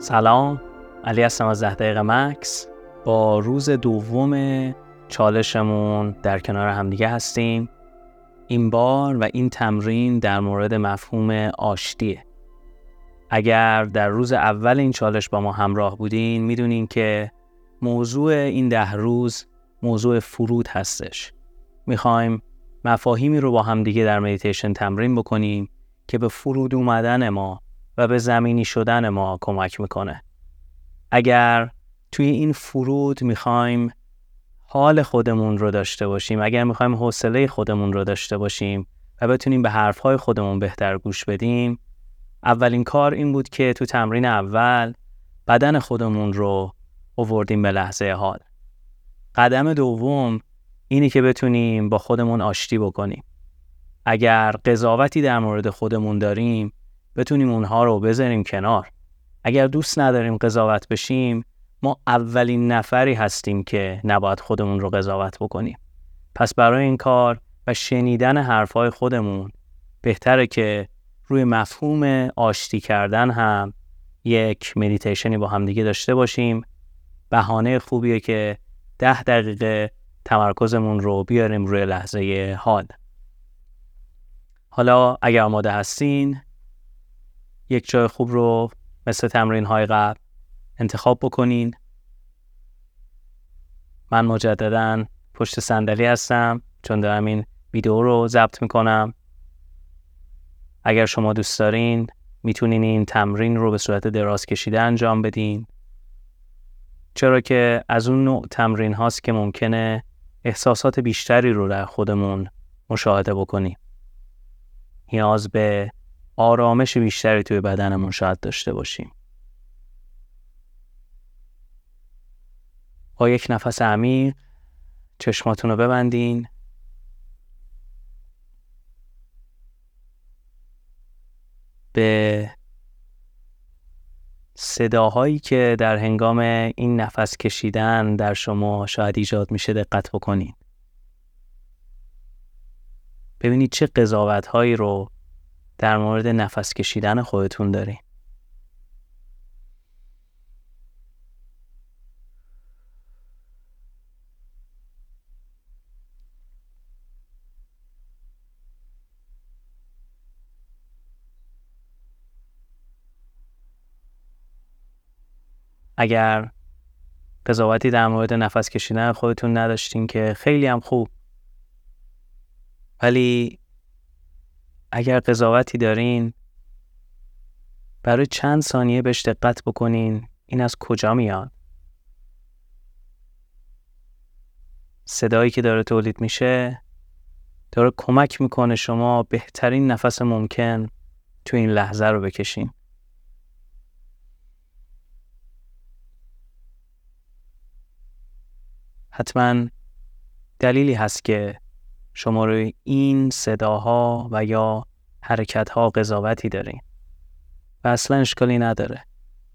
سلام، علی هستم از 10 دقیقه مکس. با روز دوم چالشمون در کنار همدیگه هستیم. این بار و این تمرین در مورد مفهوم آشتیه. اگر در روز اول این چالش با ما همراه بودین میدونین که موضوع این 10 روز موضوع فرود هستش. میخوایم مفاهیمی رو با همدیگه در مدیتیشن تمرین بکنیم که به فرود اومدن ما و به زمینی شدن ما کمک میکنه. اگر توی این فرود میخوایم حال خودمون رو داشته باشیم، اگر میخوایم حوصله خودمون رو داشته باشیم و بتونیم به حرفهای خودمون بهتر گوش بدیم، اولین کار این بود که تو تمرین اول بدن خودمون رو آوردیم به لحظه حال. قدم دوم اینی که بتونیم با خودمون آشتی بکنیم. اگر قضاوتی در مورد خودمون داریم بتونیم اونها رو بذاریم کنار. اگر دوست نداریم قضاوت بشیم، ما اولین نفری هستیم که نباید خودمون رو قضاوت بکنیم. پس برای این کار و شنیدن حرفای خودمون بهتره که روی مفهوم آشتی کردن هم یک مدیتیشنی با هم دیگه داشته باشیم. بهانه خوبیه که 10 دقیقه تمرکزمون رو بیاریم روی لحظه حال. حالا اگر آماده هستین، یک جای خوب رو مثل تمرین های قبل انتخاب بکنین. من مجدداً پشت صندلی هستم چون دارم این ویدیو رو ضبط میکنم. اگر شما دوست دارین میتونین این تمرین رو به صورت دراز کشیده انجام بدین، چرا که از اون نوع تمرین هاست که ممکنه احساسات بیشتری رو در خودمون مشاهده بکنیم. نیاز به آرامش بیشتری توی بدنمون شاید داشته باشیم. با یک نفس عمیق چشماتون رو ببندین. به صداهایی که در هنگام این نفس کشیدن در شما شاید ایجاد میشه دقت بکنین. ببینید چه قضاوت‌هایی رو در مورد نفس کشیدن خودتون دارین. اگر قضاوتی در مورد نفس کشیدن خودتون نداشتین که خیلی هم خوب، ولی اگر قضاوتی دارین برای چند ثانیه بهش دقت بکنین. این از کجا میاد؟ صدایی که داره تولید میشه داره کمک میکنه شما بهترین نفس ممکن تو این لحظه رو بکشین. حتما دلیلی هست که شما روی این صداها و یا حرکتها قضاوتی دارین و اصلا اشکالی نداره.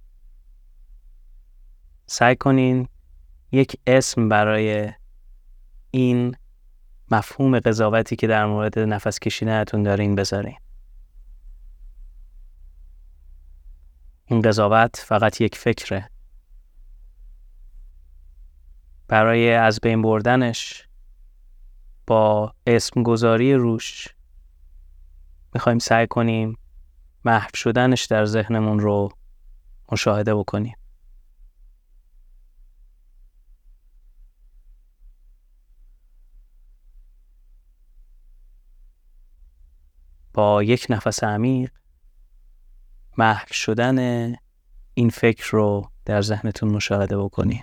سعی کنین یک اسم برای این مفهوم قضاوتی که در مورد نفس کشیدنتون دارین بذارین. این قضاوت فقط یک فکره. برای از بین بردنش با اسم گذاری روش میخوایم سعی کنیم محو شدنش در ذهنمون رو مشاهده بکنیم. با یک نفس عمیق محو شدن این فکر رو در ذهنتون مشاهده بکنید.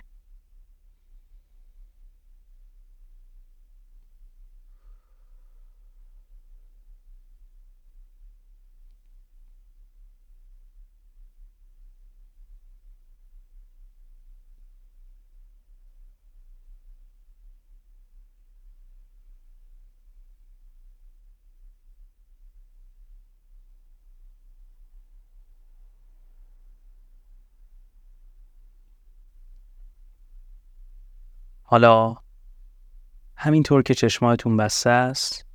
حالا همینطور که چشماتون بسته است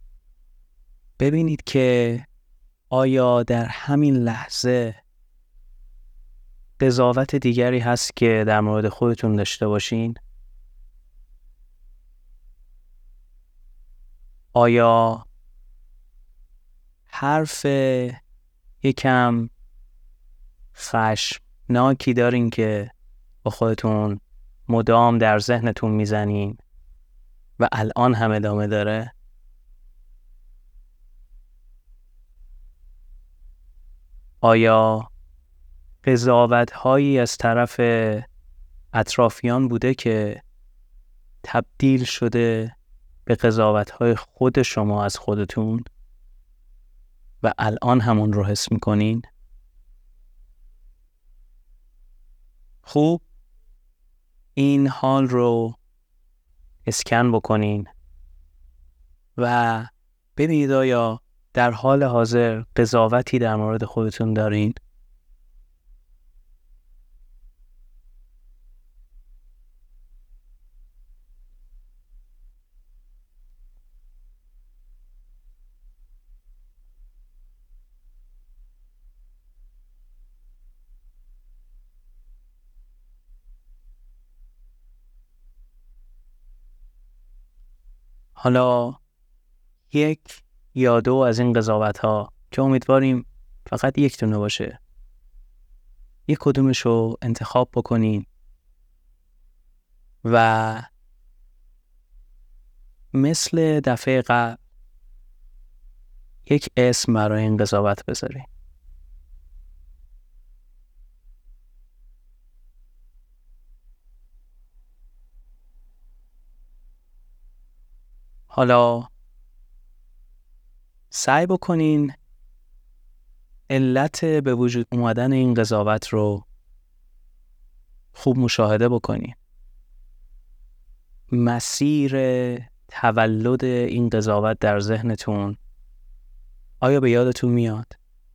ببینید که آیا در همین لحظه قضاوت دیگری هست که در مورد خودتون داشته باشین؟ آیا حرف یکم خشمناکی دارین که با خودتون مدام در ذهنتون میزنین و الان هم ادامه داره؟ آیا قضاوت هایی از طرف اطرافیان بوده که تبدیل شده به قضاوت های خود شما از خودتون و الان همون رو حس میکنین؟ خوب، این حال رو اسکن بکنین و ببینید آیا در حال حاضر قضاوتی در مورد خودتون دارین؟ حالا یک یا دو از این قضاوت ها که امیدواریم فقط یک دونه باشه، یک کدومش رو انتخاب بکنین و مثل دفعه قبل یک اسم برای این قضاوت بذارین. حالا سعی بکنین علت به وجود اومدن این قضاوت رو خوب مشاهده بکنین. مسیر تولد این قضاوت در ذهنتون آیا به یادتون میاد؟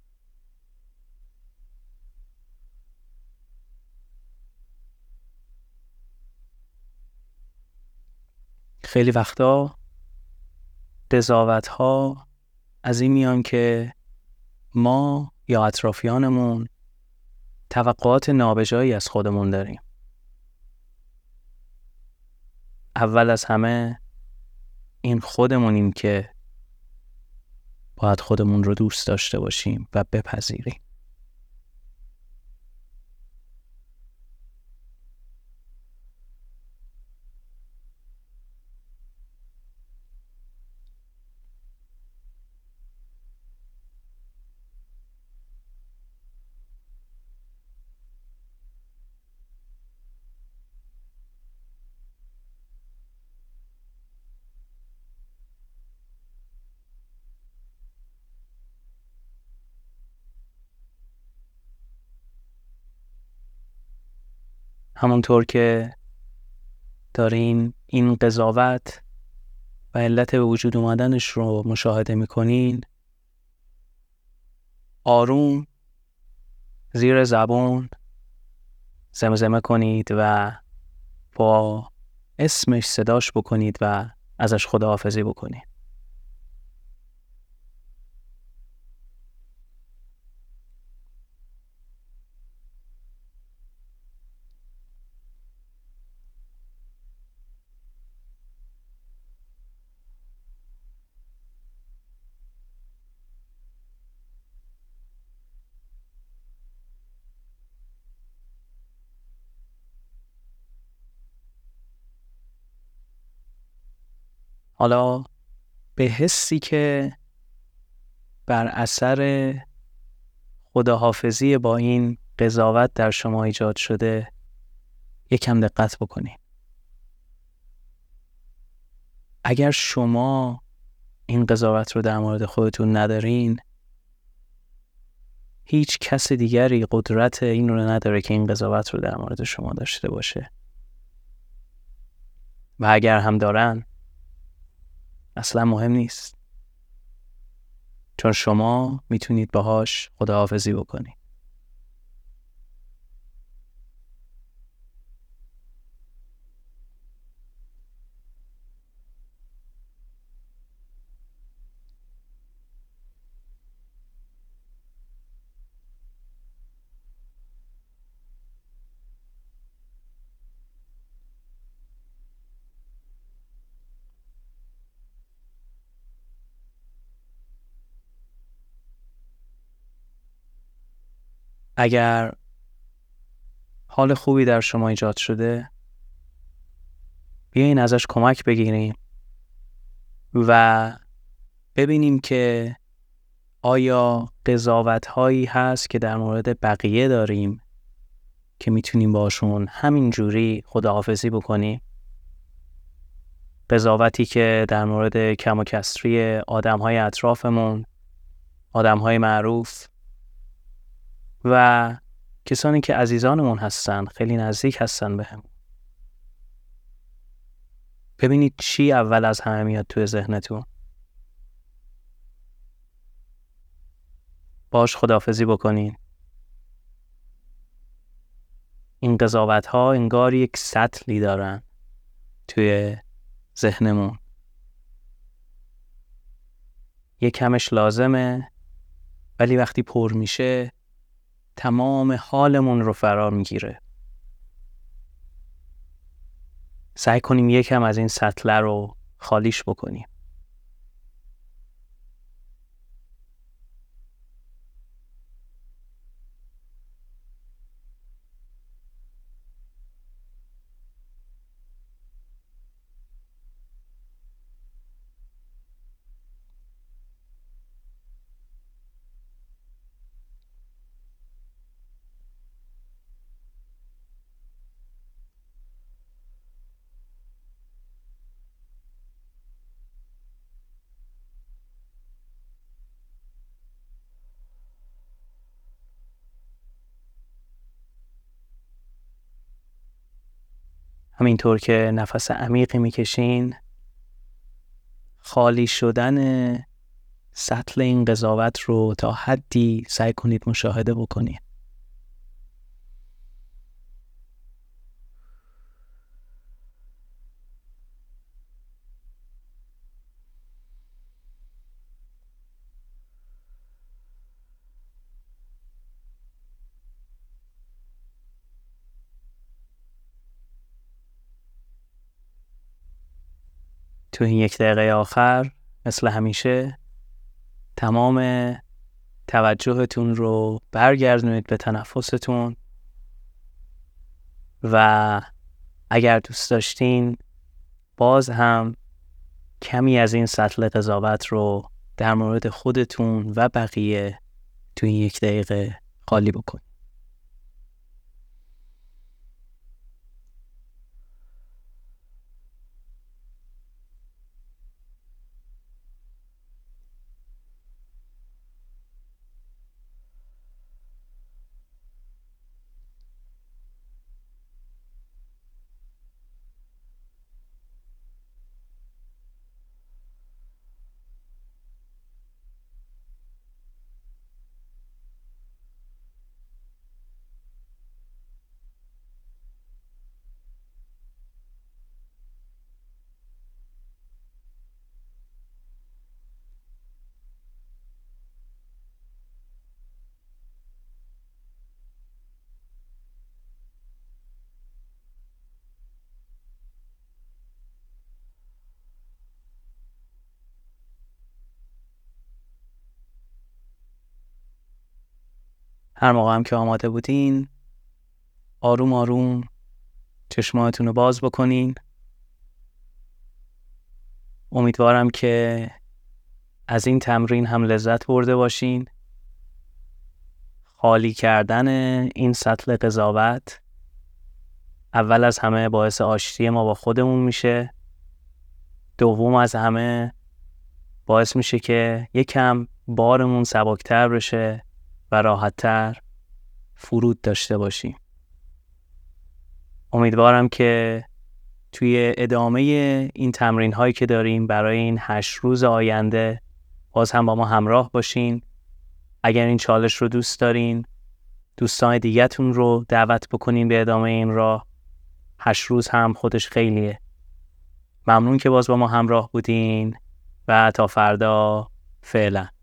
خیلی وقتا قضاوت ها از این میان که ما یا اطرافیانمون توقعات نابجایی از خودمون داریم. اول از همه این خودمونیم که باید خودمون رو دوست داشته باشیم و بپذیریم. همونطور که دارین این قضاوت و علت به وجود اومدنش رو مشاهده میکنین، آروم زیر زبون زمزمه کنید و با اسمش صداش بکنید و ازش خداحافظی بکنید. حالا به حسی که بر اثر خداحافظی با این قضاوت در شما ایجاد شده یکم دقت بکنید. اگر شما این قضاوت رو در مورد خودتون ندارین، هیچ کس دیگری قدرت این رو نداره که این قضاوت رو در مورد شما داشته باشه. و اگر هم دارن اصلا مهم نیست، چون شما میتونید باهاش خداحافظی بکنید. اگر حال خوبی در شما ایجاد شده، بیاین ازش کمک بگیریم و ببینیم که آیا قضاوت‌هایی هست که در مورد بقیه داریم که میتونیم باشون همینجوری خداحافظی بکنیم. قضاوتی که در مورد کم و کسری آدم‌های اطرافمون، آدم‌های معروف و کسانی که عزیزانمون هستن، خیلی نزدیک هستن بهم. ببینید چی اول از همه میاد توی ذهنتون. باش خداحافظی بکنین. این قضاوت‌ها انگار یک سطلی دارن توی ذهنمون. یک کمش لازمه، ولی وقتی پر میشه تمام حالمون رو فرا میگیره. سعی کنیم یکم از این سطل رو خالیش بکنیم. همینطور که نفس عمیقی میکشین، خالی شدن سطل این قضاوت رو تا حدی سعی کنید مشاهده بکنید. تو این 1 دقیقه آخر مثل همیشه تمام توجهتون رو برگردونید به تنفستون و اگر دوست داشتین باز هم کمی از این سطل قضاوت رو در مورد خودتون و بقیه تو این 1 دقیقه خالی بکنید. هر موقع هم که آماده بودین آروم آروم چشماتون رو باز بکنین. امیدوارم که از این تمرین هم لذت برده باشین. خالی کردن این سطل قضاوت اول از همه باعث آشتی ما با خودمون میشه. دوم از همه باعث میشه که یکم بارمون سبکتر بشه و راحت‌تر فرود داشته باشیم. امیدوارم که توی ادامه این تمرین هایی که داریم برای این 8 روز آینده باز هم با ما همراه باشین. اگر این چالش رو دوست دارین دوستان دیگه‌تون رو دعوت بکنین به ادامه این راه. 8 روز هم خودش خیلیه. ممنون که باز با ما همراه بودین و تا فردا فعلا.